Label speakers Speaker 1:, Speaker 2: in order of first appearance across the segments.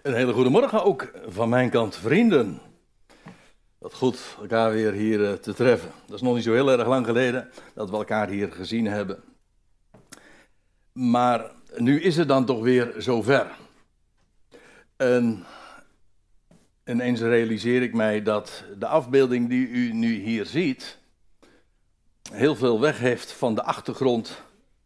Speaker 1: Een hele goede morgen ook van mijn kant, vrienden. Wat goed elkaar weer hier te treffen. Dat is nog niet zo heel erg lang geleden dat we elkaar hier gezien hebben. Maar nu is het dan toch weer zover. En ineens realiseer ik mij dat de afbeelding die u nu hier ziet heel veel weg heeft van de achtergrond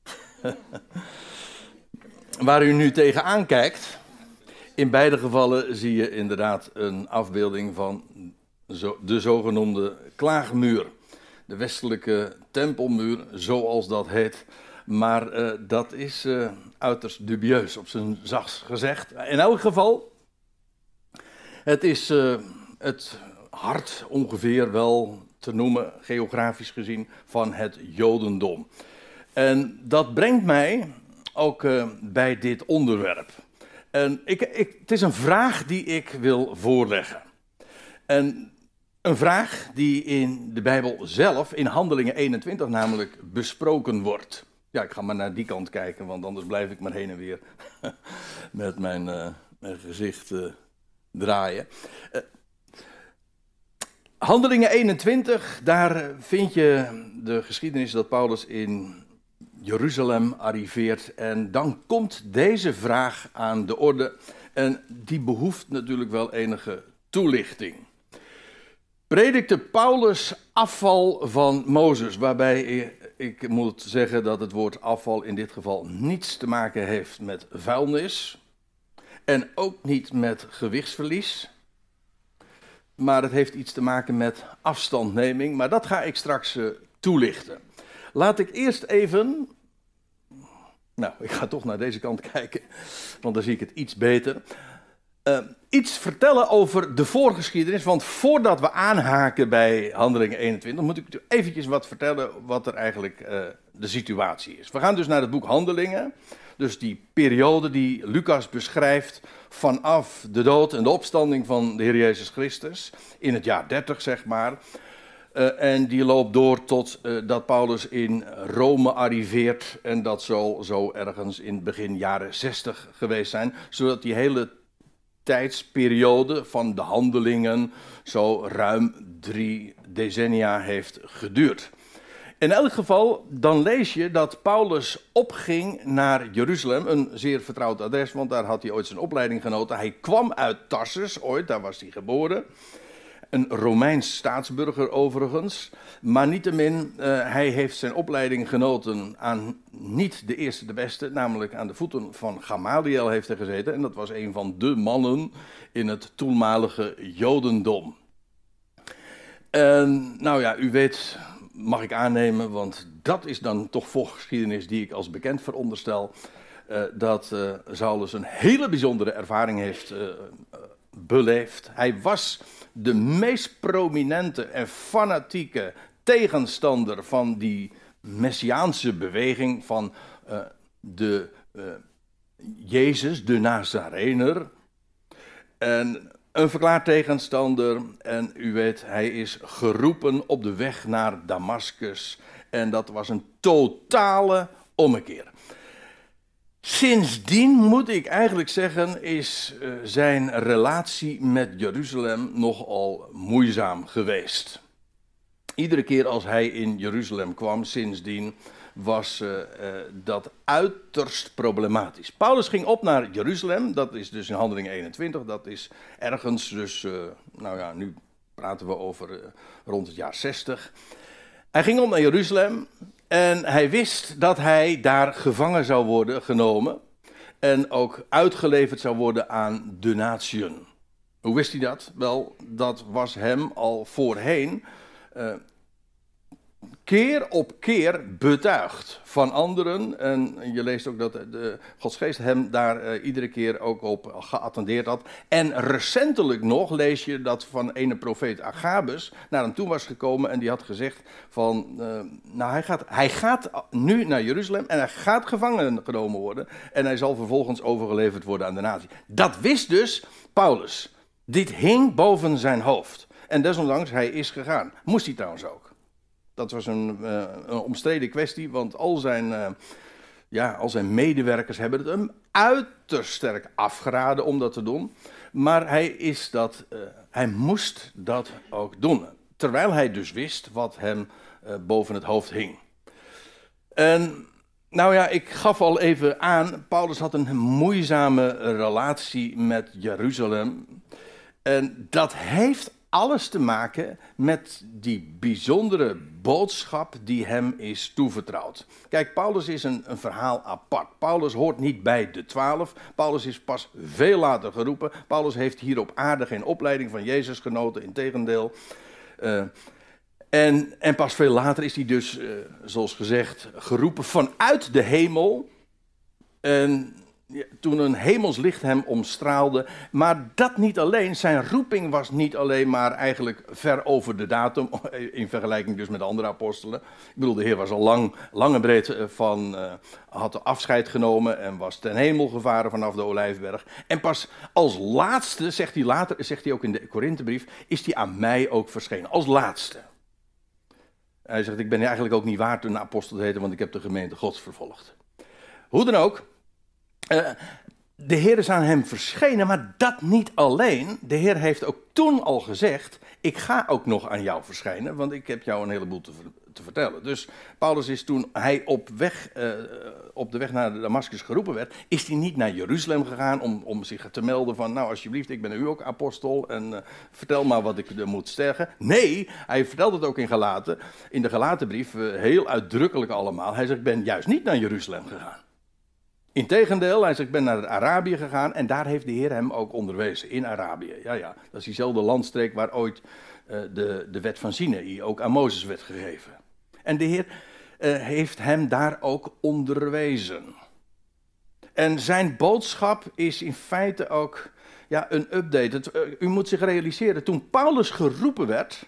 Speaker 1: waar u nu tegenaan kijkt. In beide gevallen zie je inderdaad een afbeelding van de zogenoemde klaagmuur. De westelijke tempelmuur, zoals dat heet. Maar dat is uiterst dubieus, op zijn zachtst gezegd. In elk geval, het is het hart ongeveer wel te noemen, geografisch gezien, van het Jodendom. En dat brengt mij ook bij dit onderwerp. En het is een vraag die ik wil voorleggen. En een vraag die in de Bijbel zelf, in Handelingen 21 namelijk, besproken wordt. Ja, ik ga maar naar die kant kijken, want anders blijf ik maar heen en weer met mijn gezicht draaien. Handelingen 21, daar vind je de geschiedenis dat Paulus in Jeruzalem arriveert. En dan komt deze vraag aan de orde. En die behoeft natuurlijk wel enige toelichting. Predikte Paulus afval van Mozes, waarbij ik moet zeggen dat het woord afval in dit geval niets te maken heeft met vuilnis. En ook niet met gewichtsverlies. Maar het heeft iets te maken met afstandneming. Maar dat ga ik straks toelichten. Laat ik eerst even... Nou, ik ga toch naar deze kant kijken, want dan zie ik het iets beter. Iets vertellen over de voorgeschiedenis, want voordat we aanhaken bij Handelingen 21, moet ik eventjes wat vertellen wat er eigenlijk de situatie is. We gaan dus naar het boek Handelingen, dus die periode die Lucas beschrijft vanaf de dood en de opstanding van de Heer Jezus Christus, in het jaar 30 zeg maar. En die loopt door tot dat Paulus in Rome arriveert. En dat zal zo ergens in begin jaren 60 geweest zijn. Zodat die hele tijdsperiode van de handelingen zo ruim 3 decennia heeft geduurd. In elk geval, dan lees je dat Paulus opging naar Jeruzalem. Een zeer vertrouwd adres, want daar had hij ooit zijn opleiding genoten. Hij kwam uit Tarsus, ooit, daar was hij geboren. Een Romeins staatsburger overigens, maar niettemin, hij heeft zijn opleiding genoten aan niet de eerste de beste, namelijk aan de voeten van Gamaliel heeft hij gezeten. En dat was een van de mannen in het toenmalige Jodendom. En nou ja, u weet, mag ik aannemen, want dat is dan toch voorgeschiedenis die ik als bekend veronderstel, dat Saulus een hele bijzondere ervaring heeft beleefd. Hij was de meest prominente en fanatieke tegenstander van die messiaanse beweging van Jezus, de Nazarener. En een verklaard tegenstander. En u weet, hij is geroepen op de weg naar Damascus. En dat was een totale ommekeer. Sindsdien moet ik eigenlijk zeggen, is zijn relatie met Jeruzalem nogal moeizaam geweest. Iedere keer als hij in Jeruzalem kwam, sindsdien, was dat uiterst problematisch. Paulus ging op naar Jeruzalem, dat is dus in Handelingen 21, dat is ergens dus, nou ja, nu praten we over rond het jaar 60. Hij ging op naar Jeruzalem. En hij wist dat hij daar gevangen zou worden genomen en ook uitgeleverd zou worden aan de natieën. Hoe wist hij dat? Wel, dat was hem al voorheen keer op keer betuigd van anderen. En je leest ook dat de Gods Geest hem daar iedere keer ook op geattendeerd had. En recentelijk nog lees je dat van ene profeet Agabus naar hem toe was gekomen en die had gezegd van, nou hij gaat nu naar Jeruzalem en hij gaat gevangen genomen worden en hij zal vervolgens overgeleverd worden aan de natie. Dat wist dus Paulus. Dit hing boven zijn hoofd. En desondanks, hij is gegaan. Moest hij trouwens ook. Dat was een omstreden kwestie, want al zijn al zijn medewerkers hebben het hem uiterst sterk afgeraden om dat te doen. Maar hij moest dat ook doen. Terwijl hij dus wist wat hem boven het hoofd hing. En ik gaf al even aan, Paulus had een moeizame relatie met Jeruzalem. En dat heeft alles te maken met die bijzondere boodschap die hem is toevertrouwd. Kijk, Paulus is een verhaal apart. Paulus hoort niet bij de 12. Paulus is pas veel later geroepen. Paulus heeft hier op aarde geen opleiding van Jezus genoten, integendeel. En pas veel later is hij dus, zoals gezegd, geroepen vanuit de hemel. En toen een hemels licht hem omstraalde. Maar dat niet alleen. Zijn roeping was niet alleen maar eigenlijk ver over de datum. In vergelijking dus met de andere apostelen. Ik bedoel, de Heer was al lang en breed had afscheid genomen. En was ten hemel gevaren vanaf de Olijfberg. En pas als laatste, zegt hij ook in de Korinthebrief, is hij aan mij ook verschenen. Als laatste. Hij zegt, ik ben eigenlijk ook niet waard een apostel te heten, want ik heb de gemeente Gods vervolgd. Hoe dan ook. De Heer is aan hem verschenen, maar dat niet alleen. De Heer heeft ook toen al gezegd, ik ga ook nog aan jou verschijnen, want ik heb jou een heleboel te vertellen. Dus Paulus is toen hij op de weg naar Damascus geroepen werd, is hij niet naar Jeruzalem gegaan om zich te melden van, nou alsjeblieft, ik ben u ook apostel en vertel maar wat ik moet zeggen. Nee, hij vertelt het ook in de Galatenbrief, heel uitdrukkelijk allemaal. Hij zegt, ik ben juist niet naar Jeruzalem gegaan. Integendeel, hij zegt, ik ben naar Arabië gegaan en daar heeft de Heer hem ook onderwezen, in Arabië. Ja, dat is diezelfde landstreek waar ooit de wet van Sinaï ook aan Mozes werd gegeven. En de Heer heeft hem daar ook onderwezen. En zijn boodschap is in feite ook een update. U moet zich realiseren, toen Paulus geroepen werd,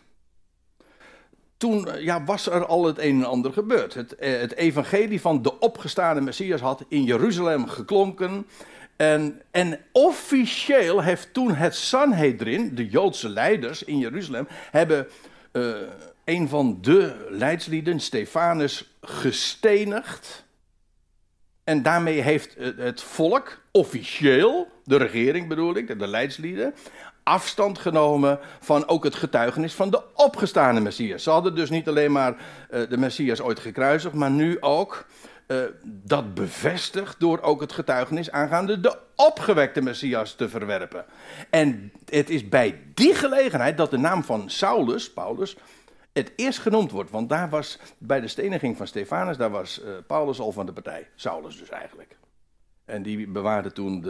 Speaker 1: toen was er al het een en ander gebeurd. Het evangelie van de opgestane Messias had in Jeruzalem geklonken. En officieel heeft toen het Sanhedrin, de Joodse leiders in Jeruzalem, hebben een van de leidslieden, Stefanus, gestenigd. En daarmee heeft het volk, officieel, de regering bedoel ik, de leidslieden, afstand genomen van ook het getuigenis van de opgestane Messias. Ze hadden dus niet alleen maar de Messias ooit gekruisigd, maar nu ook dat bevestigd door ook het getuigenis aangaande de opgewekte Messias te verwerpen. En het is bij die gelegenheid dat de naam van Saulus, Paulus, het eerst genoemd wordt. Want daar was, bij de steniging van Stefanus, daar was Paulus al van de partij. Saulus dus eigenlijk. En die bewaarde toen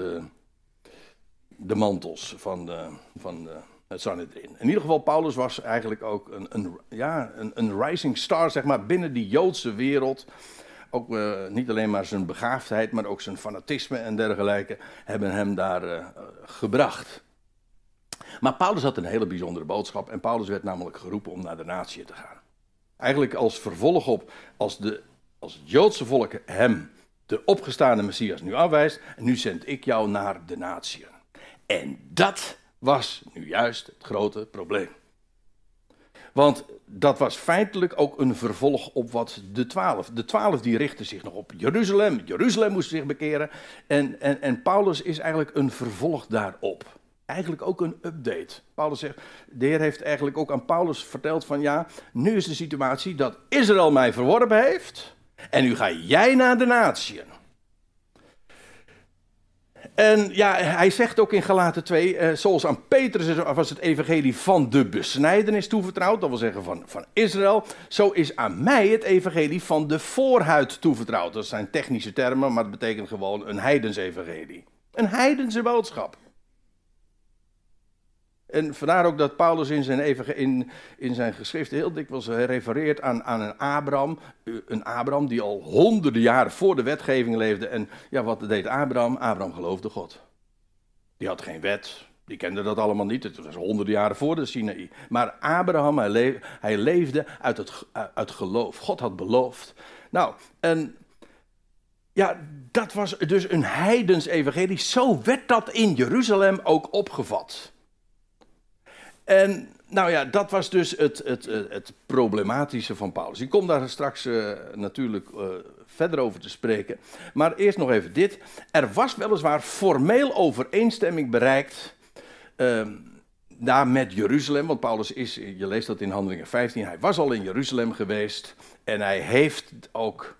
Speaker 1: de mantels van het Sanhedrin. In ieder geval, Paulus was eigenlijk ook een rising star, zeg maar, binnen die Joodse wereld. Ook niet alleen maar zijn begaafdheid, maar ook zijn fanatisme en dergelijke hebben hem daar gebracht. Maar Paulus had een hele bijzondere boodschap en Paulus werd namelijk geroepen om naar de natie te gaan. Eigenlijk als vervolg op, als het Joodse volk hem, de opgestane Messias, nu afwijst, en nu zend ik jou naar de natie. En dat was nu juist het grote probleem. Want dat was feitelijk ook een vervolg op wat de 12. De 12 die richten zich nog op Jeruzalem. Jeruzalem moest zich bekeren. En Paulus is eigenlijk een vervolg daarop. Eigenlijk ook een update. Paulus zegt, de Heer heeft eigenlijk ook aan Paulus verteld van nu is de situatie dat Israël mij verworpen heeft. En nu ga jij naar de natieën. En hij zegt ook in Galaten 2, zoals aan Petrus was het evangelie van de besnijdenis toevertrouwd, dat wil zeggen van Israël, zo is aan mij het evangelie van de voorhuid toevertrouwd. Dat zijn technische termen, maar het betekent gewoon een heidensevangelie. Een heidense boodschap. En vandaar ook dat Paulus in zijn geschriften heel dikwijls refereert aan een Abraham die al honderden jaren voor de wetgeving leefde. En wat deed Abraham? Abraham geloofde God. Die had geen wet, die kende dat allemaal niet. Het was honderden jaren voor de Sinaï. Maar Abraham, hij leefde uit geloof. God had beloofd. Nou, en dat was dus een heidens evangelie. Zo werd dat in Jeruzalem ook opgevat. En nou ja, dat was dus het problematische van Paulus. Ik kom daar straks natuurlijk verder over te spreken. Maar eerst nog even dit. Er was weliswaar formeel overeenstemming bereikt daar met Jeruzalem. Want Paulus is, je leest dat in Handelingen 15, hij was al in Jeruzalem geweest. En hij heeft ook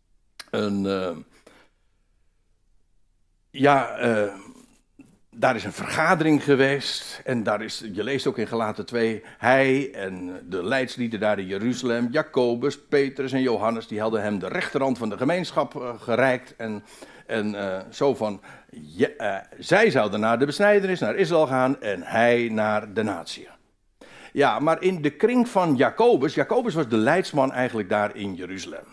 Speaker 1: daar is een vergadering geweest en daar is, je leest ook in Galaten 2, hij en de leidslieden daar in Jeruzalem, Jacobus, Petrus en Johannes, die hadden hem de rechterhand van de gemeenschap gereikt en zo van, zij zouden naar de besnijdenis, naar Israël gaan en hij naar de natie. Ja, maar in de kring van Jacobus was de leidsman eigenlijk daar in Jeruzalem.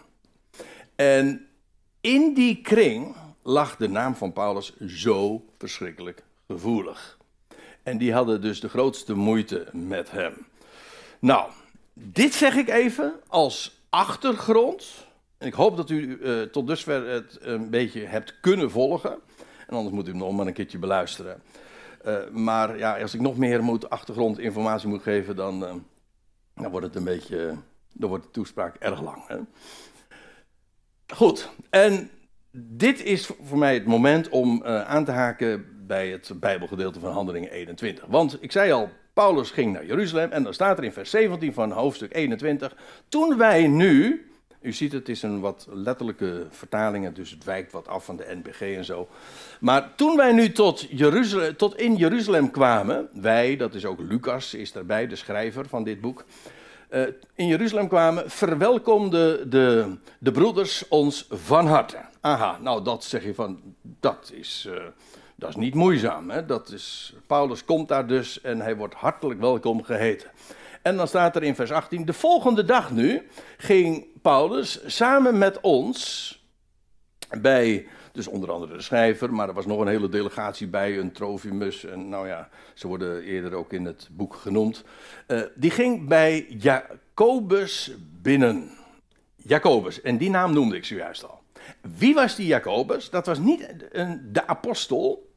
Speaker 1: En in die kring lag de naam van Paulus zo verschrikkelijk gevoelig. En die hadden dus de grootste moeite met hem. Nou, dit zeg ik even als achtergrond. En ik hoop dat u tot dusver het een beetje hebt kunnen volgen. En anders moet u hem nog maar een keertje beluisteren. Maar ja, als ik nog meer achtergrondinformatie moet geven, dan wordt het een beetje, dan wordt de toespraak erg lang. Hè? Goed, en dit is voor mij het moment om aan te haken bij het Bijbelgedeelte van Handelingen 21. Want ik zei al, Paulus ging naar Jeruzalem en dan staat er in vers 17 van hoofdstuk 21. Toen wij nu, u ziet het is een wat letterlijke vertaling, dus het wijkt wat af van de NBG en zo. Maar toen wij nu tot in Jeruzalem kwamen, wij, dat is ook Lucas, is daarbij, de schrijver van dit boek. In Jeruzalem kwamen, verwelkomden de broeders ons van harte. Aha, nou dat zeg je van, dat is niet moeizaam. Hè? Paulus komt daar dus en hij wordt hartelijk welkom geheten. En dan staat er in vers 18, de volgende dag nu ging Paulus samen met ons bij, dus onder andere de schrijver, maar er was nog een hele delegatie bij, een Trofimus, en nou ja, ze worden eerder ook in het boek genoemd. Die ging bij Jacobus binnen. Jacobus, en die naam noemde ik zojuist al. Wie was die Jacobus? Dat was niet de apostel,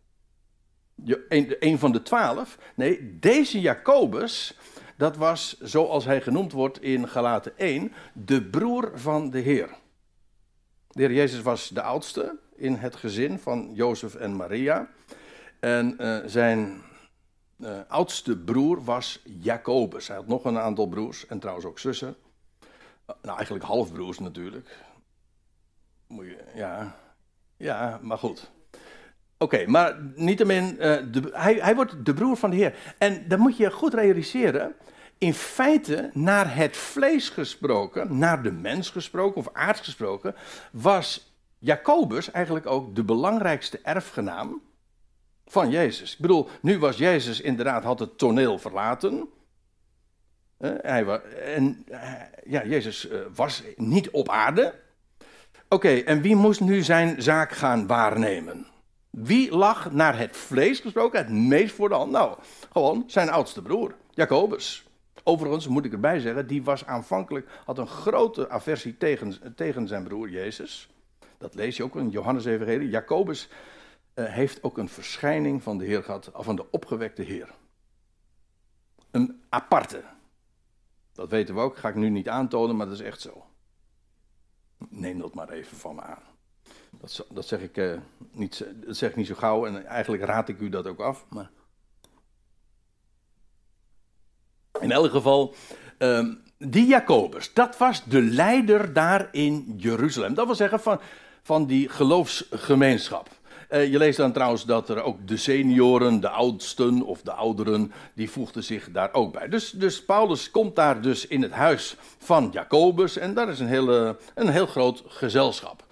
Speaker 1: een van de 12. Nee, deze Jacobus, dat was, zoals hij genoemd wordt in Galaten 1, de broer van de Heer. De Heer Jezus was de oudste in het gezin van Jozef en Maria. En zijn oudste broer was Jacobus. Hij had nog een aantal broers en trouwens ook zussen. Nou, eigenlijk halfbroers natuurlijk. Ja, maar goed. Oké, maar niettemin, hij wordt de broer van de Heer. En dan moet je goed realiseren, in feite, naar het vlees gesproken, naar de mens gesproken of aards gesproken, was Jacobus eigenlijk ook de belangrijkste erfgenaam van Jezus. Ik bedoel, nu was Jezus inderdaad, had het toneel verlaten. Jezus was niet op aarde. Oké, en wie moest nu zijn zaak gaan waarnemen? Wie lag naar het vlees gesproken het meest voor de hand? Nou, gewoon zijn oudste broer, Jacobus. Overigens moet ik erbij zeggen, die was aanvankelijk, had een grote aversie tegen zijn broer Jezus. Dat lees je ook in Johannes Evangelie. Jacobus heeft ook een verschijning van de Heer gehad, van de opgewekte Heer. Een aparte. Dat weten we ook, ga ik nu niet aantonen, maar dat is echt zo. Neem dat maar even van me aan. Dat zeg ik niet zo gauw en eigenlijk raad ik u dat ook af. Maar in elk geval, die Jacobus, dat was de leider daar in Jeruzalem. Dat wil zeggen van die geloofsgemeenschap. Je leest dan trouwens dat er ook de senioren, de oudsten of de ouderen, die voegden zich daar ook bij. Dus Paulus komt daar dus in het huis van Jacobus en daar is een heel groot gezelschap.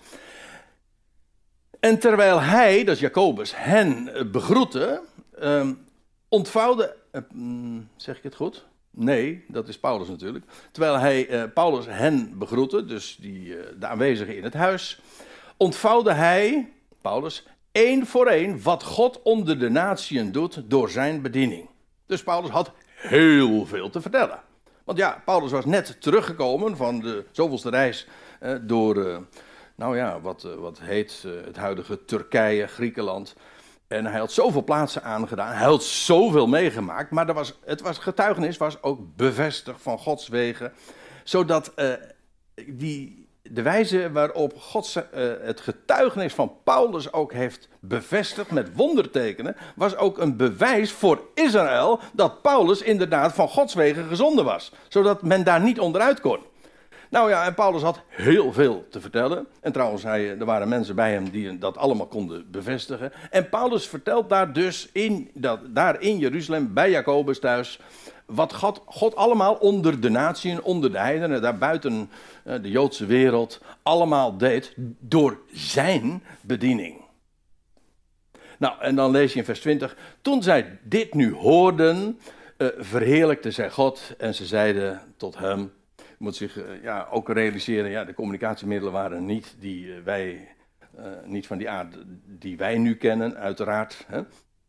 Speaker 1: En terwijl hij, dat is Jacobus, hen begroette, ontvouwde, zeg ik het goed? Nee, dat is Paulus natuurlijk. Terwijl Paulus hen begroette, dus de aanwezigen in het huis, ontvouwde hij, Paulus, één voor één wat God onder de natieën doet door zijn bediening. Dus Paulus had heel veel te vertellen. Want ja, Paulus was net teruggekomen van de zoveelste reis door, wat heet het huidige Turkije, Griekenland. En hij had zoveel plaatsen aangedaan. Hij had zoveel meegemaakt. Maar getuigenis was ook bevestigd van Gods wegen. Zodat de wijze waarop God het getuigenis van Paulus ook heeft bevestigd met wondertekenen, was ook een bewijs voor Israël dat Paulus inderdaad van Gods wegen gezonden was. Zodat men daar niet onderuit kon. Nou ja, en Paulus had heel veel te vertellen. En trouwens, er waren mensen bij hem die dat allemaal konden bevestigen. En Paulus vertelt daar dus daar in Jeruzalem, bij Jacobus thuis, wat God allemaal onder de natieën, onder de heidenen, daar buiten de Joodse wereld, allemaal deed door zijn bediening. Nou, en dan lees je in vers 20. Toen zij dit nu hoorden, verheerlijkte zij God en ze zeiden tot hem. Je moet zich ook realiseren, de communicatiemiddelen waren niet niet van die aard die wij nu kennen, uiteraard. Hè?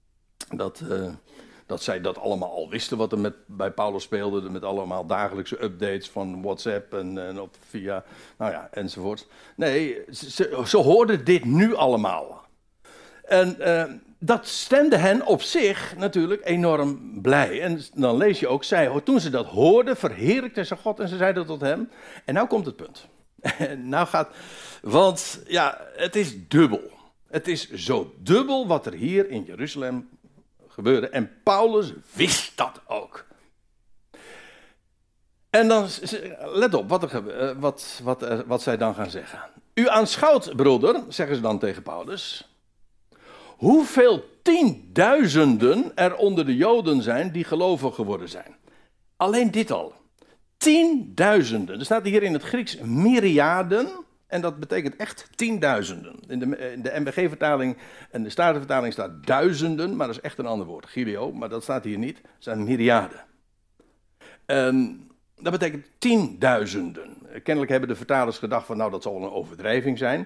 Speaker 1: Dat zij dat allemaal al wisten wat er bij Paulus speelde, met allemaal dagelijkse updates van WhatsApp en via, enzovoort. Nee, ze hoorden dit nu allemaal. En dat stemde hen op zich natuurlijk enorm blij. En dan lees je ook, toen ze dat hoorden, verheerlijkten ze God en ze zeiden tot hem. En nou komt het punt. Want het is dubbel. Het is zo dubbel wat er hier in Jeruzalem gebeurde. En Paulus wist dat ook. En dan, let op wat zij dan gaan zeggen. U aanschouwt, broeder, zeggen ze dan tegen Paulus, hoeveel tienduizenden er onder de Joden zijn die gelovig geworden zijn. Alleen dit al. Tienduizenden. Er staat hier in het Grieks myriaden. En dat betekent echt tienduizenden. In de MBG-vertaling en de Statenvertaling staat duizenden. Maar dat is echt een ander woord. Gilio. Maar dat staat hier niet. Het zijn myriaden. Dat betekent tienduizenden. Kennelijk hebben de vertalers gedacht van dat zal een overdrijving zijn.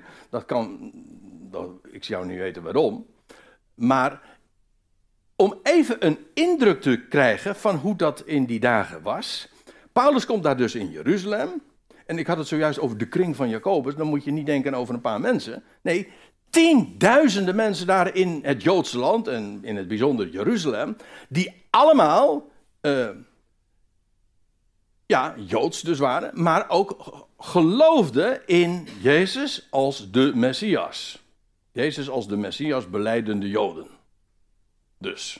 Speaker 1: Ik zou niet weten waarom. Maar om even een indruk te krijgen van hoe dat in die dagen was. Paulus komt daar dus in Jeruzalem. En ik had het zojuist over de kring van Jacobus. Dan moet je niet denken over een paar mensen. Nee, tienduizenden mensen daar in het Joodse land. En in het bijzonder Jeruzalem. Die allemaal Joods dus waren. Maar ook geloofden in Jezus als de Messias. Jezus als de Messias belijdende Joden. Dus.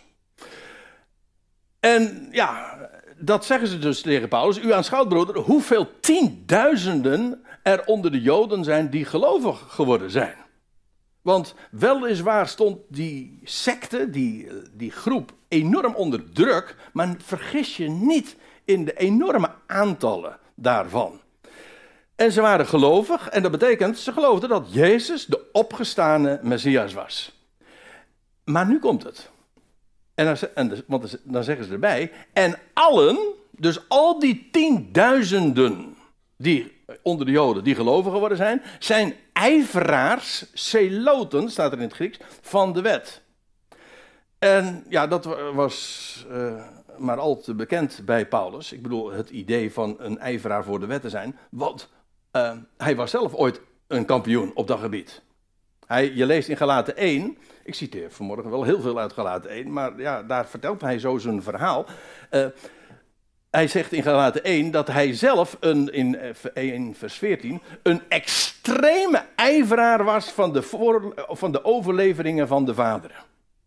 Speaker 1: En dat zeggen ze dus tegen Paulus. U aanschouwt, broeder, hoeveel tienduizenden er onder de Joden zijn die gelovig geworden zijn. Want weliswaar stond die secte, die groep, enorm onder druk. Maar vergis je niet in de enorme aantallen daarvan. En ze waren gelovig en dat betekent, ze geloofden dat Jezus de opgestane Messias was. Maar nu komt het. Want dan zeggen ze erbij, en allen, dus al die tienduizenden die onder de Joden die gelovig geworden zijn ijveraars, zeloten, staat er in het Grieks, van de wet. En dat was maar al te bekend bij Paulus. Ik bedoel, het idee van een ijveraar voor de wet te zijn, want hij was zelf ooit een kampioen op dat gebied. Je leest in Galaten 1, ik citeer vanmorgen wel heel veel uit Galaten 1, maar daar vertelt hij zo zijn verhaal. Hij zegt in Galaten 1 dat hij zelf in 1 vers 14 een extreme ijveraar was van de overleveringen van de vaderen.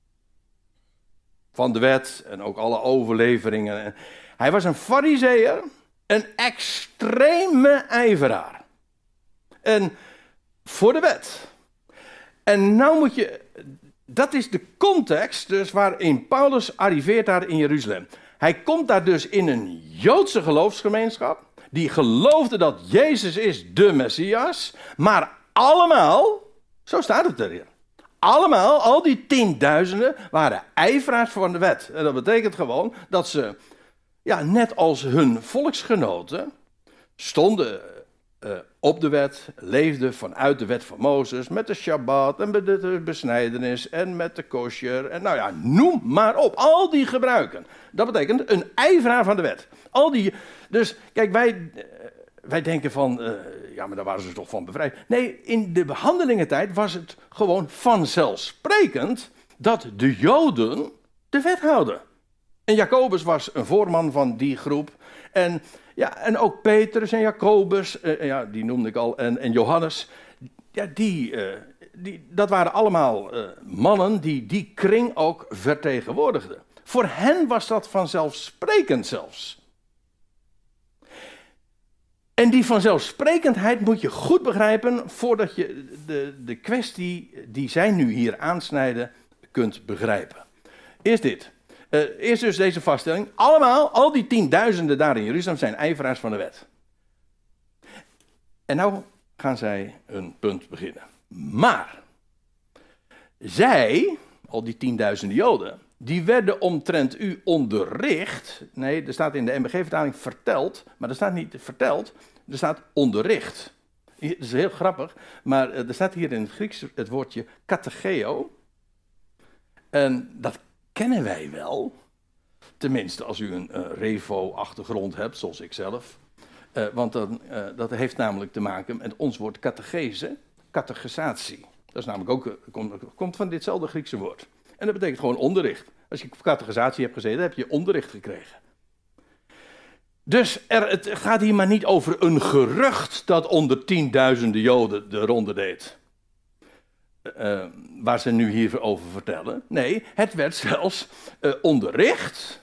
Speaker 1: Van de wet en ook alle overleveringen. Hij was een farizeeër, een extreme ijveraar. En voor de wet. En nou dat is de context dus waarin Paulus arriveert daar in Jeruzalem. Hij komt daar dus in een Joodse geloofsgemeenschap, die geloofde dat Jezus is de Messias, maar allemaal, zo staat het er hier, allemaal, al die tienduizenden, waren ijveraars van de wet. En dat betekent gewoon dat ze, net als hun volksgenoten, stonden op de wet, leefden vanuit de wet van Mozes, met de Shabbat en met de besnijdenis en met de kosher. En noem maar op, al die gebruiken. Dat betekent een ijveraar van de wet. Dus kijk, wij denken van, maar daar waren ze toch van bevrijd. Nee, in de behandelingentijd was het gewoon vanzelfsprekend dat de Joden de wet houden. En Jacobus was een voorman van die groep. En ook Petrus en Jacobus, die noemde ik al, en Johannes. Ja, dat waren allemaal mannen die kring ook vertegenwoordigden. Voor hen was dat vanzelfsprekend zelfs. En die vanzelfsprekendheid moet je goed begrijpen voordat je de kwestie die zij nu hier aansnijden kunt begrijpen. Eerst dit. Eerst dus deze vaststelling. Al die tienduizenden daar in Jeruzalem zijn ijveraars van de wet. En nou gaan zij een punt beginnen. Maar zij, al die tienduizenden Joden, die werden omtrent u onderricht. Nee, er staat in de MBG-vertaling verteld, maar er staat niet verteld, er staat onderricht. Dat is heel grappig, maar er staat hier in het Grieks het woordje katecheo. En dat kennen wij wel. Tenminste, als u een revo-achtergrond hebt, zoals ik zelf. Want dat heeft namelijk te maken met ons woord catechese, catechisatie. Dat is namelijk ook, komt van ditzelfde Griekse woord. En dat betekent gewoon onderricht. Als je catechisatie hebt gezeten, heb je onderricht gekregen. Dus het gaat hier maar niet over een gerucht dat onder tienduizenden Joden de ronde deed. Waar ze nu hier over vertellen. Nee, het werd zelfs onderricht.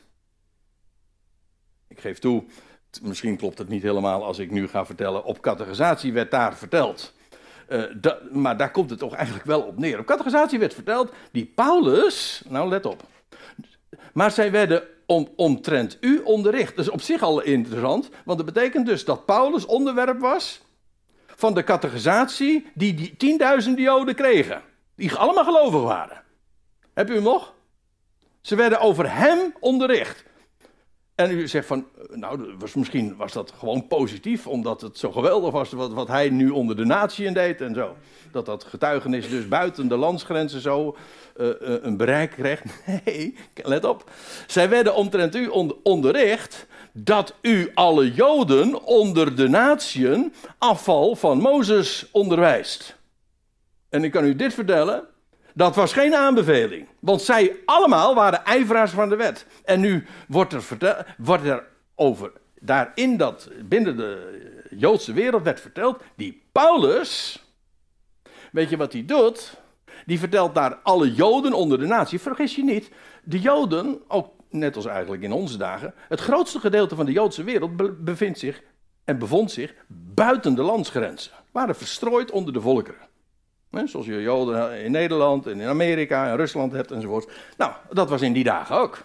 Speaker 1: Ik geef toe, misschien klopt het niet helemaal als ik nu ga vertellen. Op catechisatie werd daar verteld. Maar daar komt het toch eigenlijk wel op neer. Op catechisatie werd verteld, die Paulus, nou let op. Maar zij werden omtrent u onderricht. Dat is op zich al interessant, want dat betekent dus dat Paulus onderwerp was van de catechisatie die tienduizenden Joden kregen. Die allemaal gelovig waren. Heb u hem nog? Ze werden over hem onderricht. En u zegt van, nou, misschien was dat gewoon positief, omdat het zo geweldig was wat hij nu onder de natieën deed en zo. Dat getuigenis dus buiten de landsgrenzen zo een bereik kreeg. Nee, let op. Zij werden omtrent u onderricht dat u alle Joden onder de natieën afval van Mozes onderwijst. En ik kan u dit vertellen. Dat was geen aanbeveling, want zij allemaal waren ijveraars van de wet. En nu wordt er over, binnen de Joodse wereld werd verteld, die Paulus, weet je wat hij doet? Die vertelt daar alle Joden onder de natie. Vergis je niet, de Joden, ook net als eigenlijk in onze dagen, het grootste gedeelte van de Joodse wereld bevond zich buiten de landsgrenzen. Waren verstrooid onder de volkeren. Zoals je Joden in Nederland en in Amerika en Rusland hebt enzovoort. Nou, dat was in die dagen ook.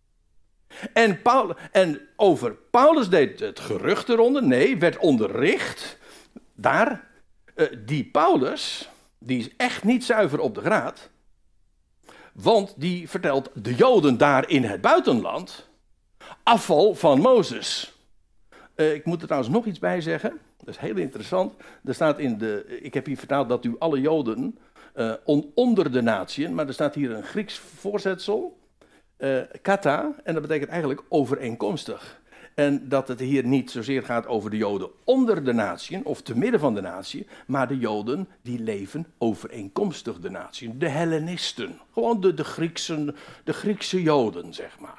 Speaker 1: En over Paulus deed het gerucht eronder. Nee, werd onderricht. Daar, die Paulus, die is echt niet zuiver op de graad. Want die vertelt de Joden daar in het buitenland afval van Mozes. Ik moet er trouwens nog iets bij zeggen. Dat is heel interessant. Er staat ik heb hier vertaald dat u alle Joden onder de natieën, maar er staat hier een Grieks voorzetsel, kata, en dat betekent eigenlijk overeenkomstig. En dat het hier niet zozeer gaat over de Joden onder de natieën, of te midden van de natie, maar de Joden die leven overeenkomstig de natieën. De Hellenisten. Gewoon de Griekse Joden, zeg maar.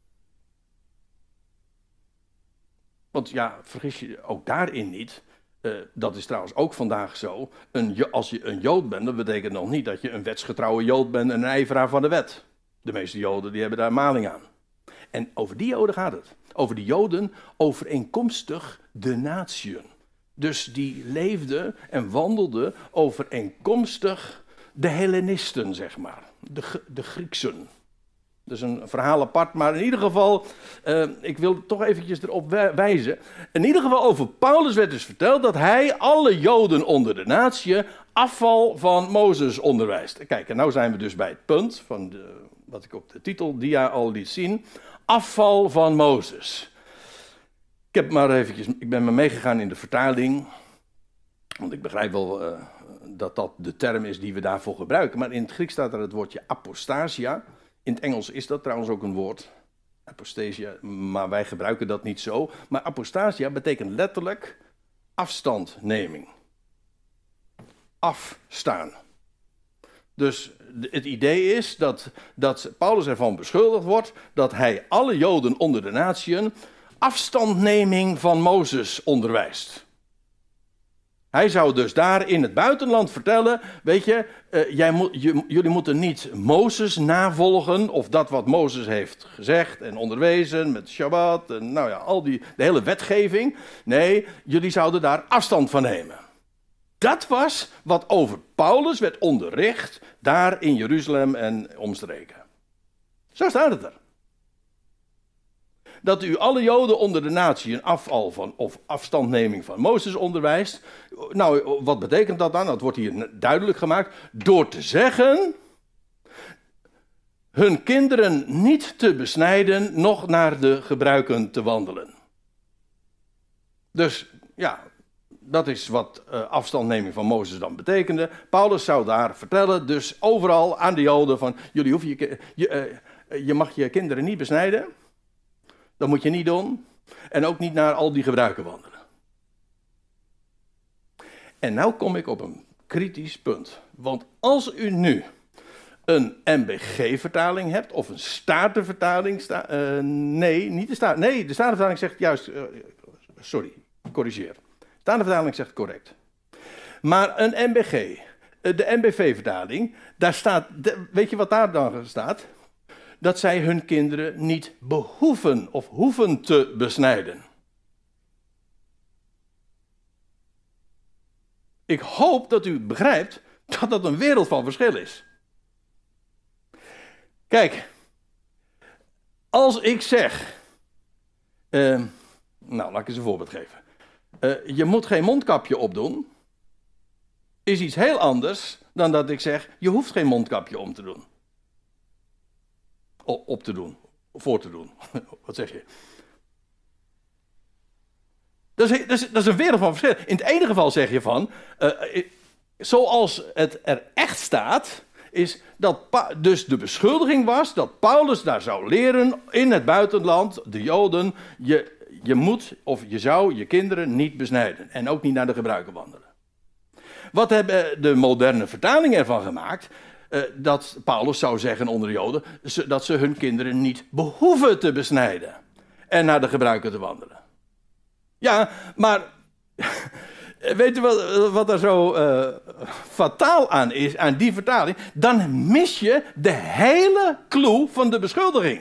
Speaker 1: Want ja, vergis je ook daarin niet. Dat is trouwens ook vandaag zo. Als je een Jood bent, dat betekent nog niet dat je een wetsgetrouwe Jood bent en een ijveraar van de wet. De meeste Joden die hebben daar maling aan. En over die Joden gaat het. Over die Joden overeenkomstig de natieën. Dus die leefden en wandelden overeenkomstig de Hellenisten, zeg maar. De Grieksen. Dus een verhaal apart, maar in ieder geval, ik wil toch eventjes erop wijzen. In ieder geval over Paulus werd dus verteld dat hij alle Joden onder de natie afval van Mozes onderwijst. Kijk, en nou zijn we dus bij het punt van wat ik op de titeldia al liet zien. Afval van Mozes. Ik ben maar meegegaan in de vertaling, want ik begrijp wel dat dat de term is die we daarvoor gebruiken. Maar in het Grieks staat er het woordje apostasia. In het Engels is dat trouwens ook een woord, apostasia, maar wij gebruiken dat niet zo. Maar apostasia betekent letterlijk afstandneming. Afstaan. Dus het idee is dat Paulus ervan beschuldigd wordt dat hij alle Joden onder de natieën afstandneming van Mozes onderwijst. Hij zou dus daar in het buitenland vertellen, weet je, jullie moeten niet Mozes navolgen of dat wat Mozes heeft gezegd en onderwezen met Shabbat en nou ja, de hele wetgeving. Nee, jullie zouden daar afstand van nemen. Dat was wat over Paulus werd onderricht daar in Jeruzalem en omstreken. Zo staat het er. Dat u alle Joden onder de natie een afval van of afstandneming van Mozes onderwijst. Nou, wat betekent dat dan? Dat wordt hier duidelijk gemaakt. Door te zeggen hun kinderen niet te besnijden, noch naar de gebruiken te wandelen. Dus ja, dat is wat afstandneming van Mozes dan betekende. Paulus zou daar vertellen, dus overal aan de Joden van, jullie hoeven je mag je kinderen niet besnijden. Dat moet je niet doen. En ook niet naar al die gebruiken wandelen. En nou kom ik op een kritisch punt. Want als u nu een MBG-vertaling hebt, of een Statenvertaling, nee, niet de Staten. Nee, de Statenvertaling zegt juist, sorry, corrigeer. De Statenvertaling zegt correct. Maar een MBG, de MBV-vertaling, daar staat, weet je wat daar dan staat? Dat zij hun kinderen niet behoeven of hoeven te besnijden. Ik hoop dat u begrijpt dat dat een wereld van verschil is. Kijk, als ik zeg, nou laat ik eens een voorbeeld geven. Je moet geen mondkapje opdoen, is iets heel anders dan dat ik zeg, je hoeft geen mondkapje om te doen. Op te doen, voor te doen. Wat zeg je? Dat is een wereld van verschil. In het ene geval zeg je van, zoals het er echt staat, is dat dus de beschuldiging was dat Paulus daar zou leren in het buitenland, de Joden, je moet of je zou je kinderen niet besnijden en ook niet naar de gebruiken wandelen. Wat hebben de moderne vertalingen ervan gemaakt? Dat Paulus zou zeggen onder de Joden, dat ze hun kinderen niet behoeven te besnijden en naar de gebruiken te wandelen. Ja, maar weet u wat er zo fataal aan is, aan die vertaling? Dan mis je de hele clue van de beschuldiging.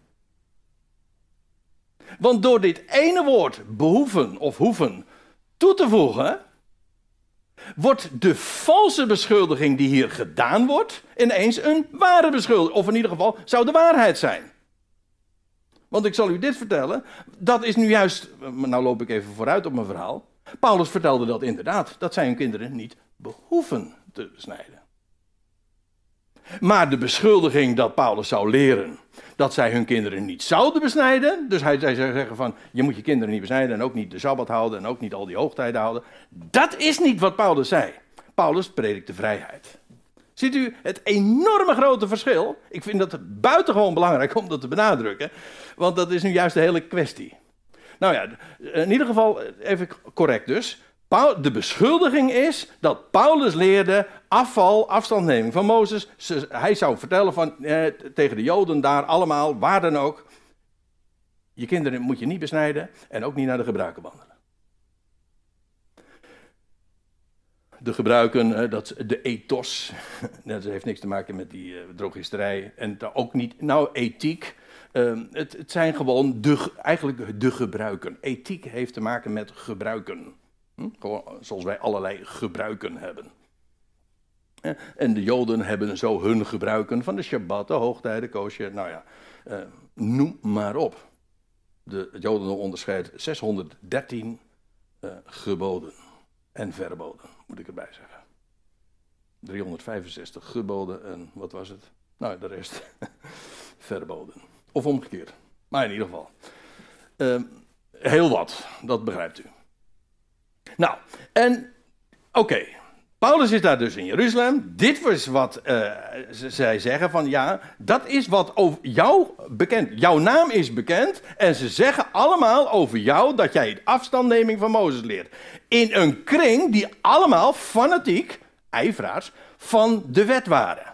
Speaker 1: Want door dit ene woord, behoeven of hoeven, toe te voegen, wordt de valse beschuldiging die hier gedaan wordt, ineens een ware beschuldiging. Of in ieder geval zou de waarheid zijn. Want ik zal u dit vertellen, dat is nu juist, nou loop ik even vooruit op mijn verhaal. Paulus vertelde dat inderdaad, dat zij hun kinderen niet behoeven te besnijden. Maar de beschuldiging dat Paulus zou leren dat zij hun kinderen niet zouden besnijden, dus hij zou zeggen van, je moet je kinderen niet besnijden en ook niet de Sabbat houden en ook niet al die hoogtijden houden. Dat is niet wat Paulus zei. Paulus predikte vrijheid. Ziet u het enorme grote verschil? Ik vind dat buitengewoon belangrijk om dat te benadrukken, want dat is nu juist de hele kwestie. Nou ja, in ieder geval even correct dus. De beschuldiging is dat Paulus leerde afstandneming van Mozes. Hij zou vertellen tegen de Joden daar allemaal, waar dan ook. Je kinderen moet je niet besnijden en ook niet naar de gebruiken wandelen. De gebruiken, de ethos, dat heeft niks te maken met die drogisterij en ook niet, ethiek. Het zijn gewoon eigenlijk de gebruiken. Ethiek heeft te maken met gebruiken. Gewoon zoals wij allerlei gebruiken hebben. En de Joden hebben zo hun gebruiken van de Shabbat, de hoogtijden, koosje, nou ja, noem maar op. De Joden onderscheidt 613 geboden en verboden, moet ik erbij zeggen. 365 geboden en wat was het? Nou, de rest verboden. Of omgekeerd. Maar in ieder geval. Heel wat, dat begrijpt u. Nou, en oké. Paulus is daar dus in Jeruzalem. Dit was wat zij zeggen van ja, dat is wat over jou bekend. Jouw naam is bekend en ze zeggen allemaal over jou dat jij afstandneming van Mozes leert. In een kring die allemaal fanatiek ijveraars van de wet waren.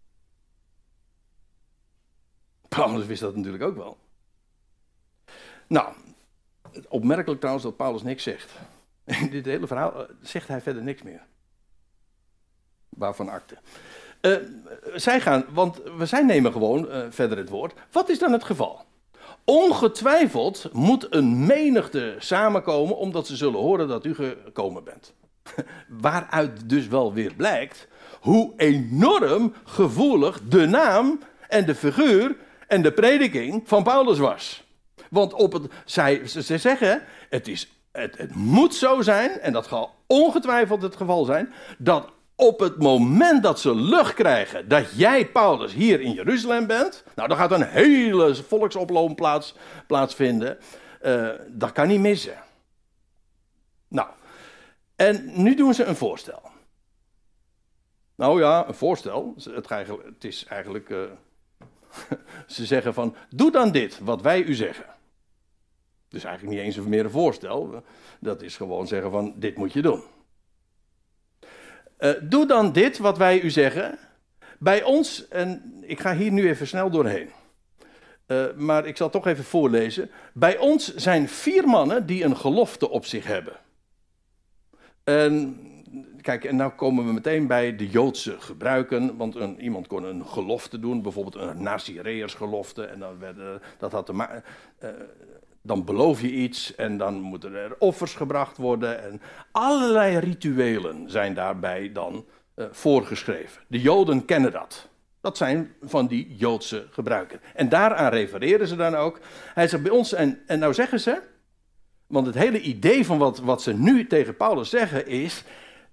Speaker 1: Paulus wist dat natuurlijk ook wel. Nou, opmerkelijk trouwens dat Paulus niks zegt. In dit hele verhaal zegt hij verder niks meer. Waarvan akte. Zij gaan, want zij nemen gewoon verder het woord. Wat is dan het geval? Ongetwijfeld moet een menigte samenkomen, omdat ze zullen horen dat u gekomen bent. Waaruit dus wel weer blijkt hoe enorm gevoelig de naam en de figuur en de prediking van Paulus was. Want ze zeggen, het moet zo zijn, en dat zal ongetwijfeld het geval zijn, dat op het moment dat ze lucht krijgen dat jij, Paulus, hier in Jeruzalem bent, nou, dan gaat een hele volksoploop plaatsvinden. Dat kan niet missen. Nou, en nu doen ze een voorstel. Nou ja, een voorstel. Het is eigenlijk ze zeggen van, doe dan dit, wat wij u zeggen. Dus eigenlijk niet eens meer een voorstel. Dat is gewoon zeggen van, dit moet je doen. Doe dan dit, wat wij u zeggen. Bij ons, en ik ga hier nu even snel doorheen. Maar ik zal toch even voorlezen. Bij ons zijn 4 mannen die een gelofte op zich hebben. En kijk, en nou komen we meteen bij de Joodse gebruiken. Want iemand kon een gelofte doen, bijvoorbeeld een Nazireërsgelofte. En dan beloof je iets en dan moeten er offers gebracht worden. En allerlei rituelen zijn daarbij dan voorgeschreven. De Joden kennen dat. Dat zijn van die Joodse gebruiken. En daaraan refereren ze dan ook. Hij zegt bij ons, en nou zeggen ze, want het hele idee van wat ze nu tegen Paulus zeggen is,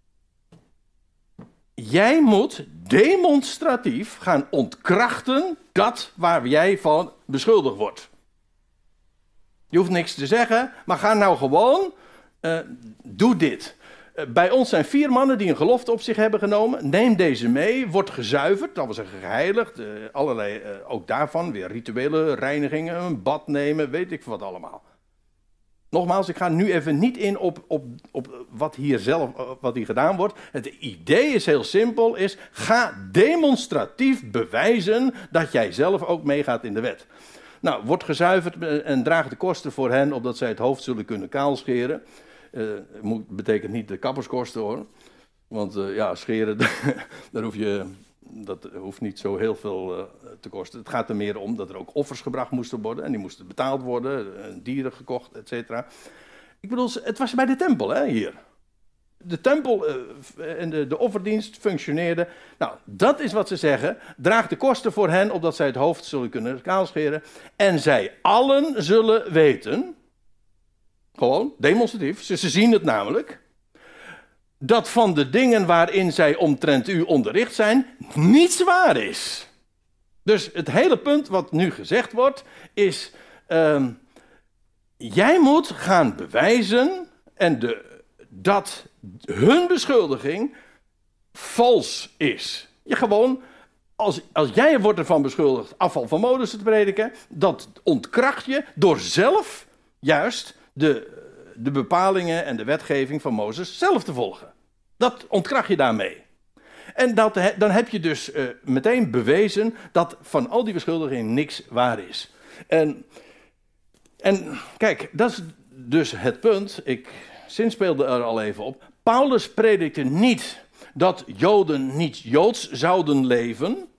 Speaker 1: jij moet demonstratief gaan ontkrachten dat waar jij van beschuldigd wordt. Je hoeft niks te zeggen, maar ga nou gewoon, doe dit. Bij ons zijn 4 mannen die een gelofte op zich hebben genomen. Neem deze mee, wordt gezuiverd, dat wil zeggen geheiligd. Allerlei, ook daarvan, weer rituele reinigingen, een bad nemen, weet ik wat allemaal. Nogmaals, ik ga nu even niet in op wat hier gedaan wordt. Het idee is heel simpel, ga demonstratief bewijzen dat jij zelf ook meegaat in de wet. Nou, wordt gezuiverd en draagt de kosten voor hen, opdat zij het hoofd zullen kunnen kaalscheren. Betekent niet de kapperskosten hoor. Want scheren, dat hoeft niet zo heel veel te kosten. Het gaat er meer om dat er ook offers gebracht moesten worden. En die moesten betaald worden, dieren gekocht, et cetera. Ik bedoel, het was bij de tempel hè, hier. De tempel en de offerdienst functioneerde. Nou, dat is wat ze zeggen. Draag de kosten voor hen, opdat zij het hoofd zullen kunnen kaalscheren. En zij allen zullen weten, gewoon demonstratief, ze zien het namelijk, dat van de dingen waarin zij omtrent u onderricht zijn, niets waar is. Dus het hele punt wat nu gezegd wordt, is, jij moet gaan bewijzen dat hun beschuldiging vals is. Je gewoon, als jij wordt ervan beschuldigd afval van Mozes te prediken, dat ontkracht je door zelf juist de bepalingen en de wetgeving van Mozes zelf te volgen. Dat ontkracht je daarmee. En dan heb je dus meteen bewezen dat van al die beschuldigingen niks waar is. En kijk, dat is dus het punt. Ik zinspeelde er al even op. Paulus predikte niet dat Joden niet Joods zouden leven.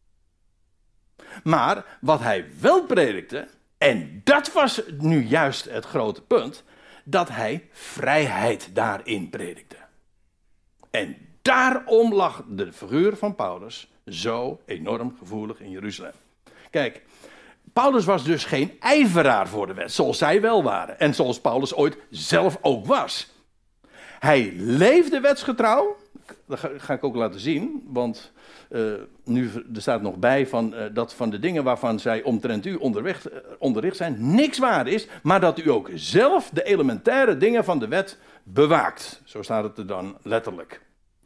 Speaker 1: Maar wat hij wel predikte, en dat was nu juist het grote punt, dat hij vrijheid daarin predikte. En daarom lag de figuur van Paulus zo enorm gevoelig in Jeruzalem. Kijk, Paulus was dus geen ijveraar voor de wet, zoals zij wel waren. En zoals Paulus ooit zelf ook was. Hij leefde wetsgetrouw. Dat ga ik ook laten zien, want nu er staat nog bij dat van de dingen waarvan zij omtrent u onderricht zijn, niks waar is, maar dat u ook zelf de elementaire dingen van de wet bewaakt. Zo staat het er dan letterlijk.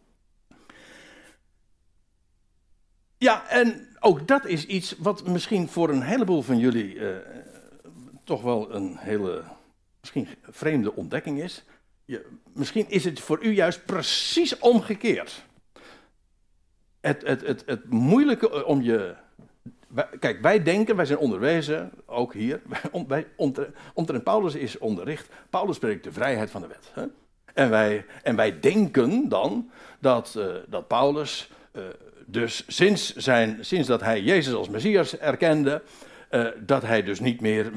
Speaker 1: Ja, en ook dat is iets wat misschien voor een heleboel van jullie toch wel een hele misschien vreemde ontdekking is. Misschien is het voor u juist precies omgekeerd. het moeilijke om je... Kijk, wij denken, wij zijn onderwezen, ook hier. Omtrent Paulus is onderricht. Paulus spreekt de vrijheid van de wet. Hè? En wij denken dan dat Paulus dus sinds dat hij Jezus als Messias erkende, dat hij dus niet meer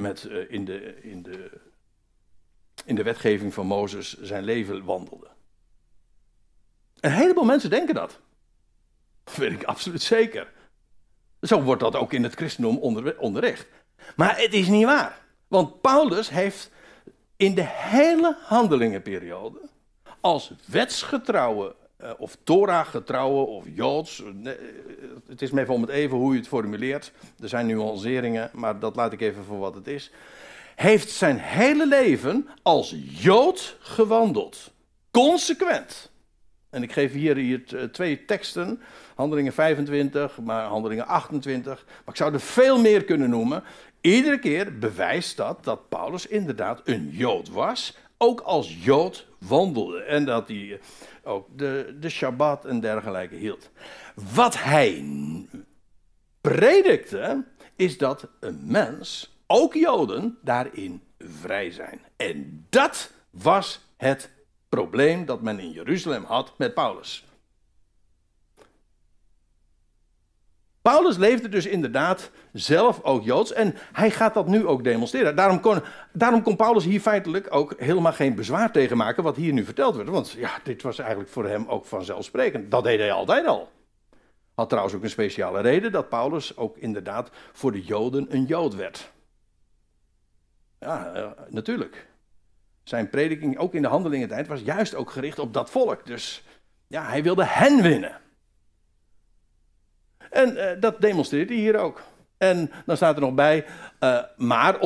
Speaker 1: in de wetgeving van Mozes zijn leven wandelde. Een heleboel mensen denken dat. Dat weet ik absoluut zeker. Zo wordt dat ook in het christendom onderricht. Maar het is niet waar. Want Paulus heeft in de hele handelingenperiode als wetsgetrouwe of Torah-getrouwe of Joods, het is me even om het even hoe je het formuleert. Er zijn nuanceringen, maar dat laat ik even voor wat het is. Heeft zijn hele leven als Jood gewandeld. Consequent. En ik geef hier 2 teksten, Handelingen 25, maar Handelingen 28. Maar ik zou er veel meer kunnen noemen. Iedere keer bewijst dat Paulus inderdaad een Jood was, ook als Jood wandelde. En dat hij ook de Shabbat en dergelijke hield. Wat hij predikte, is dat een mens, ook Joden, daarin vrij zijn. En dat was het probleem dat men in Jeruzalem had met Paulus. Paulus leefde dus inderdaad zelf ook Joods en hij gaat dat nu ook demonstreren. Daarom kon Paulus hier feitelijk ook helemaal geen bezwaar tegen maken wat hier nu verteld werd. Want ja, dit was eigenlijk voor hem ook vanzelfsprekend. Dat deed hij altijd al. Had trouwens ook een speciale reden dat Paulus ook inderdaad voor de Joden een Jood werd. Ja, natuurlijk. Zijn prediking, ook in de handelingentijd, was juist ook gericht op dat volk. Dus ja, hij wilde hen winnen. En dat demonstreert hij hier ook. En dan staat er nog bij, maar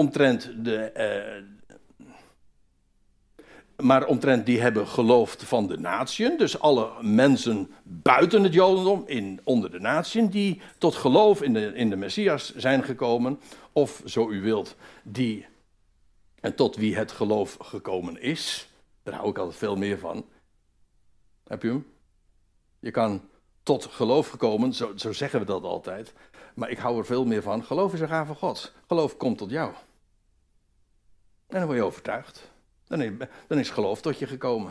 Speaker 1: omtrent die hebben geloofd van de natieën, dus alle mensen buiten het Jodendom, onder de natieën, die tot geloof in de Messias zijn gekomen, of zo u wilt, die en tot wie het geloof gekomen is. Daar hou ik altijd veel meer van. Heb je hem? Je kan tot geloof gekomen, zo zeggen we dat altijd. Maar ik hou er veel meer van. Geloof is een gave van God. Geloof komt tot jou. En dan word je overtuigd. Dan is geloof tot je gekomen.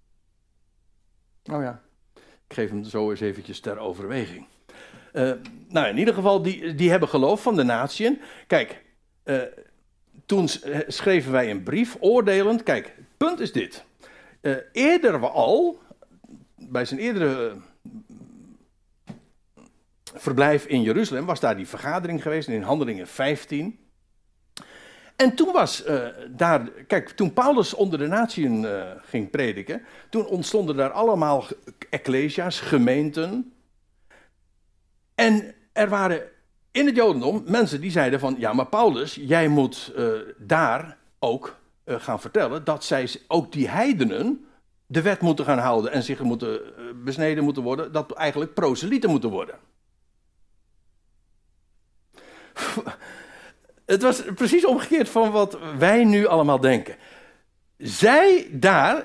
Speaker 1: Nou ja, ik geef hem zo eens eventjes ter overweging. Nou, in ieder geval, die hebben geloof van de natieën. Kijk, toen schreven wij een brief, oordelend. Kijk, het punt is dit. Eerder al, bij zijn eerdere verblijf in Jeruzalem, was daar die vergadering geweest in Handelingen 15. En toen was toen Paulus onder de natieën ging prediken, toen ontstonden daar allemaal ecclesia's, gemeenten. En er waren in het Jodendom mensen die zeiden van, ja maar Paulus, jij moet daar ook gaan vertellen dat zij, ook die heidenen, de wet moeten gaan houden en zich besneden moeten worden, dat eigenlijk proselieten moeten worden. Het was precies omgekeerd van wat wij nu allemaal denken. Zij daar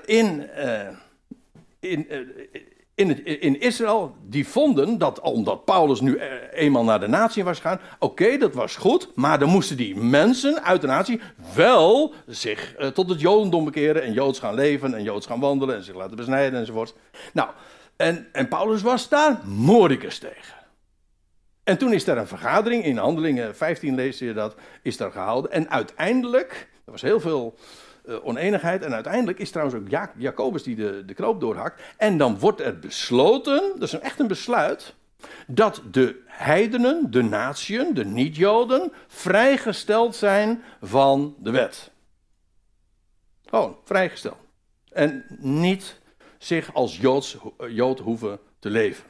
Speaker 1: in Israël, die vonden dat omdat Paulus nu eenmaal naar de natie was gegaan, oké, dat was goed, maar dan moesten die mensen uit de natie wel zich tot het Jodendom bekeren en Joods gaan leven en Joods gaan wandelen en zich laten besnijden enzovoort. Nou, en Paulus was daar mordicus tegen. En toen is er een vergadering, in Handelingen 15 lees je dat, is daar gehouden. En uiteindelijk, er was heel veel oneenigheid, en uiteindelijk is trouwens ook Jacobus die de knoop doorhakt. En dan wordt er besloten, dat is echt een besluit, dat de heidenen, de natieën, de niet-Joden, vrijgesteld zijn van de wet. Gewoon, vrijgesteld. En niet zich als Jood hoeven te leven.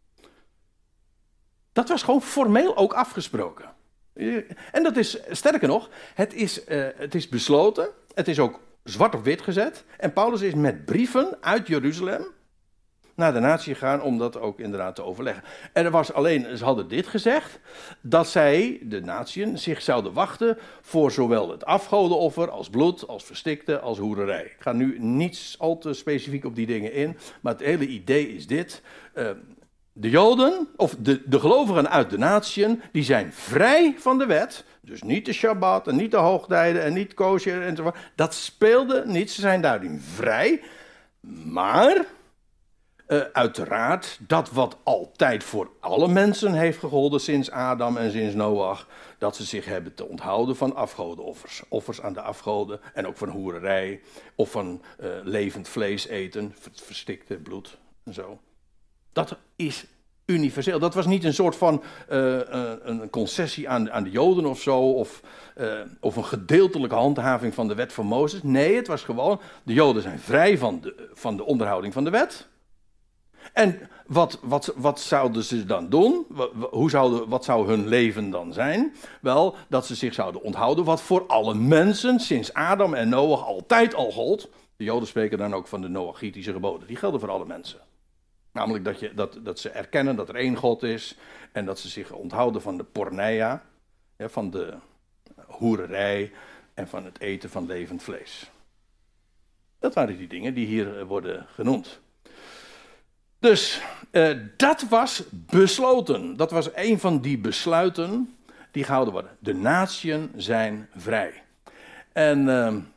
Speaker 1: Dat was gewoon formeel ook afgesproken. En dat is, sterker nog, het is besloten, het is ook zwart op wit gezet. En Paulus is met brieven uit Jeruzalem naar de natie gegaan om dat ook inderdaad te overleggen. En er was alleen, ze hadden dit gezegd, dat zij, de natieën, zich zouden wachten voor zowel het afgodenoffer als bloed, als verstikte, als hoererij. Ik ga nu niet al te specifiek op die dingen in, maar het hele idee is dit. de Joden, of de gelovigen uit de natieën, die zijn vrij van de wet. Dus niet de Shabbat en niet de hoogtijden en niet kosher enzovoort. Dat speelde niet, ze zijn daarin vrij. Maar, uiteraard, dat wat altijd voor alle mensen heeft gegolden sinds Adam en sinds Noach, dat ze zich hebben te onthouden van afgodenoffers. Offers aan de afgoden en ook van hoererij of van levend vlees eten, verstikte bloed en zo. Dat is universeel. Dat was niet een soort van een concessie aan de Joden of zo, of een gedeeltelijke handhaving van de wet van Mozes. Nee, het was gewoon, de Joden zijn vrij van de onderhouding van de wet. En wat zouden ze dan doen? Wat zou hun leven dan zijn? Wel, dat ze zich zouden onthouden wat voor alle mensen sinds Adam en Noach altijd al gold. De Joden spreken dan ook van de Noachitische geboden. Die gelden voor alle mensen. Namelijk dat ze erkennen dat er één God is en dat ze zich onthouden van de porneia, van de hoererij en van het eten van levend vlees. Dat waren die dingen die hier worden genoemd. Dus dat was besloten. Dat was een van die besluiten die gehouden worden. De natieën zijn vrij. En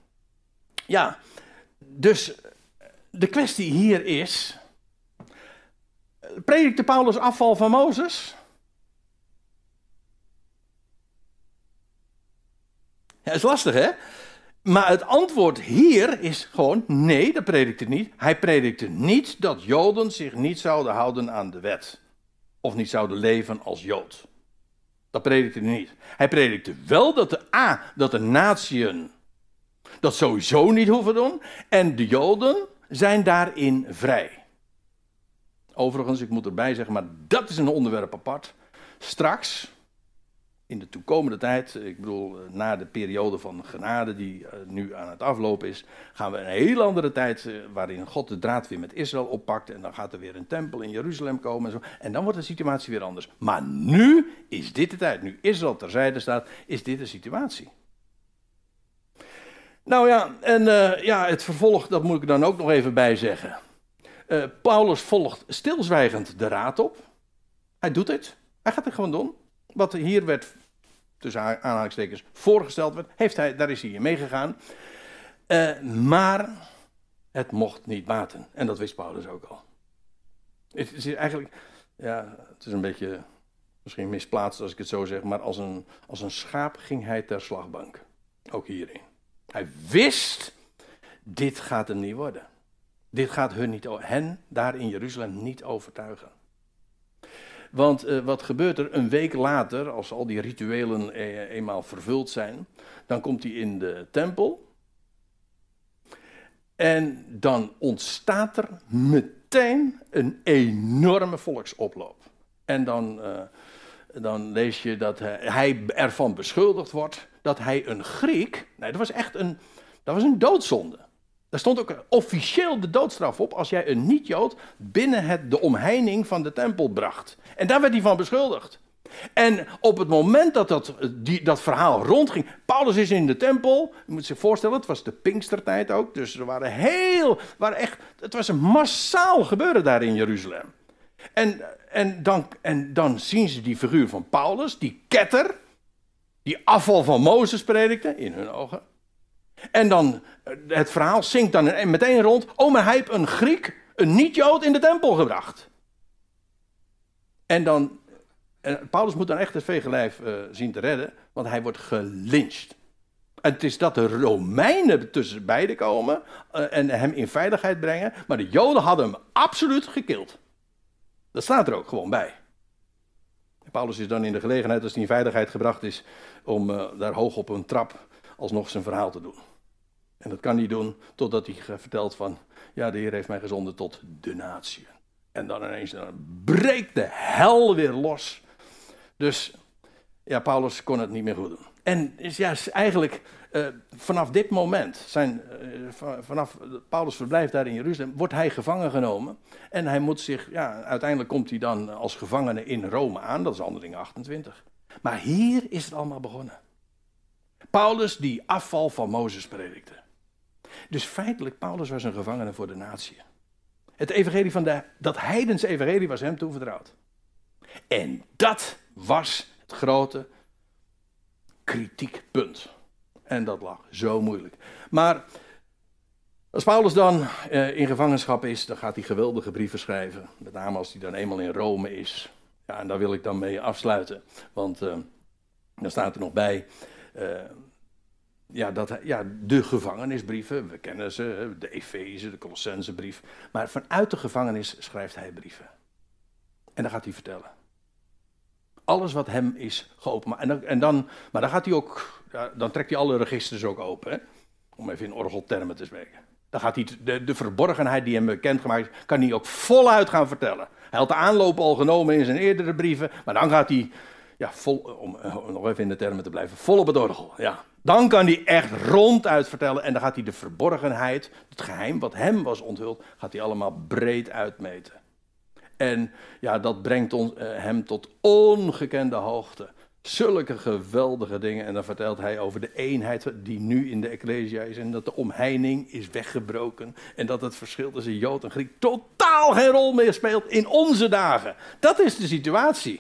Speaker 1: dus de kwestie hier is, predikte Paulus afval van Mozes? Ja, is lastig, hè? Maar het antwoord hier is gewoon, nee, dat predikte niet. Hij predikte niet dat Joden zich niet zouden houden aan de wet. Of niet zouden leven als Jood. Dat predikte hij niet. Hij predikte wel dat de natieën dat sowieso niet hoeven doen. En de Joden zijn daarin vrij. Overigens, ik moet erbij zeggen, maar dat is een onderwerp apart. Straks, in de toekomende tijd, ik bedoel na de periode van genade die nu aan het aflopen is, gaan we een heel andere tijd waarin God de draad weer met Israël oppakt en dan gaat er weer een tempel in Jeruzalem komen en zo. En dan wordt de situatie weer anders. Maar nu is dit de tijd. Nu Israël terzijde staat, is dit de situatie. Nou ja, en het vervolg, dat moet ik dan ook nog even bij zeggen. Paulus volgt stilzwijgend de raad op. Hij doet het. Hij gaat het gewoon doen. Wat hier werd, tussen aanhalingstekens, voorgesteld werd, daar is hij in meegegaan. Maar het mocht niet baten. En dat wist Paulus ook al. Het is eigenlijk, het is een beetje, misschien misplaatst als ik het zo zeg, maar als een schaap ging hij ter slagbank. Ook hierin. Hij wist, dit gaat hem niet worden. Dit gaat hen daar in Jeruzalem niet overtuigen. Want wat gebeurt er een week later, als al die rituelen eenmaal vervuld zijn, dan komt hij in de tempel. En dan ontstaat er meteen een enorme volksoploop. En dan lees je dat hij ervan beschuldigd wordt dat hij een Griek, nee, dat was een doodzonde. Daar stond ook officieel de doodstraf op als jij een niet-Jood binnen de omheining van de tempel bracht. En daar werd hij van beschuldigd. En op het moment dat verhaal rondging, Paulus is in de tempel, je moet zich voorstellen, het was de Pinkstertijd ook, dus het was een massaal gebeuren daar in Jeruzalem. En dan zien ze die figuur van Paulus, die ketter, die afval van Mozes predikte, in hun ogen. En dan, het verhaal zinkt dan meteen rond, maar hij heeft een Griek, een niet-Jood in de tempel gebracht. En Paulus moet dan echt het veegelijf zien te redden, want hij wordt gelyncht. En het is dat de Romeinen tussen beiden komen en hem in veiligheid brengen, maar de Joden hadden hem absoluut gekild. Dat staat er ook gewoon bij. En Paulus is dan in de gelegenheid, als hij in veiligheid gebracht is, om daar hoog op een trap alsnog zijn verhaal te doen. En dat kan hij doen totdat hij vertelt van, ja, de Heer heeft mij gezonden tot de natie. En dan ineens breekt de hel weer los. Dus ja, Paulus kon het niet meer goed doen. En eigenlijk vanaf dit moment, vanaf Paulus verblijf daar in Jeruzalem, wordt hij gevangen genomen. En hij moet zich, uiteindelijk komt hij dan als gevangene in Rome aan, dat is Handelingen 28. Maar hier is het allemaal begonnen. Paulus die afval van Mozes predikte. Dus feitelijk, Paulus was een gevangene voor de natie. Het evangelie dat heidense evangelie was hem toevertrouwd. En dat was het grote kritiekpunt. En dat lag zo moeilijk. Maar als Paulus dan in gevangenschap is, dan gaat hij geweldige brieven schrijven. Met name als hij dan eenmaal in Rome is. Ja, en daar wil ik dan mee afsluiten. Want daar staat er nog bij... de gevangenisbrieven, we kennen ze, de Efeze, de Colossensebrief. Maar vanuit de gevangenis schrijft hij brieven. En dan gaat hij vertellen. Alles wat hem is geopenbaard. Maar dan gaat hij ook, dan trekt hij alle registers ook open. Hè? Om even in orgeltermen te spreken. Dan gaat hij de verborgenheid die hem bekendgemaakt is, kan hij ook voluit gaan vertellen. Hij had de aanloop al genomen in zijn eerdere brieven, maar dan gaat hij, om nog even in de termen te blijven, vol op het orgel. Ja. Dan kan hij echt ronduit vertellen en dan gaat hij de verborgenheid, het geheim wat hem was onthuld, gaat hij allemaal breed uitmeten. En ja, dat brengt hem tot ongekende hoogte. Zulke geweldige dingen. En dan vertelt hij over de eenheid die nu in de Ecclesia is. En dat de omheining is weggebroken. En dat het verschil tussen Jood en Griek totaal geen rol meer speelt in onze dagen. Dat is de situatie.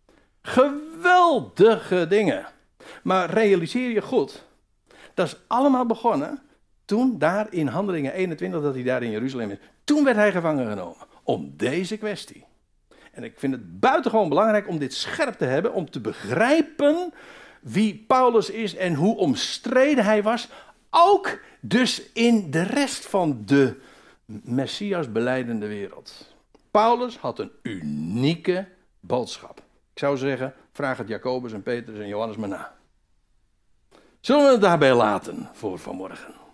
Speaker 1: Geweldige dingen. Maar realiseer je goed. Dat is allemaal begonnen toen daar in Handelingen 21, dat hij daar in Jeruzalem is. Toen werd hij gevangen genomen. Om deze kwestie. En ik vind het buitengewoon belangrijk om dit scherp te hebben, om te begrijpen wie Paulus is en hoe omstreden hij was. Ook dus in de rest van de Messias belijdende wereld. Paulus had een unieke boodschap. Ik zou zeggen, vraag het Jacobus en Petrus en Johannes maar na. Zullen we het daarbij laten voor vanmorgen?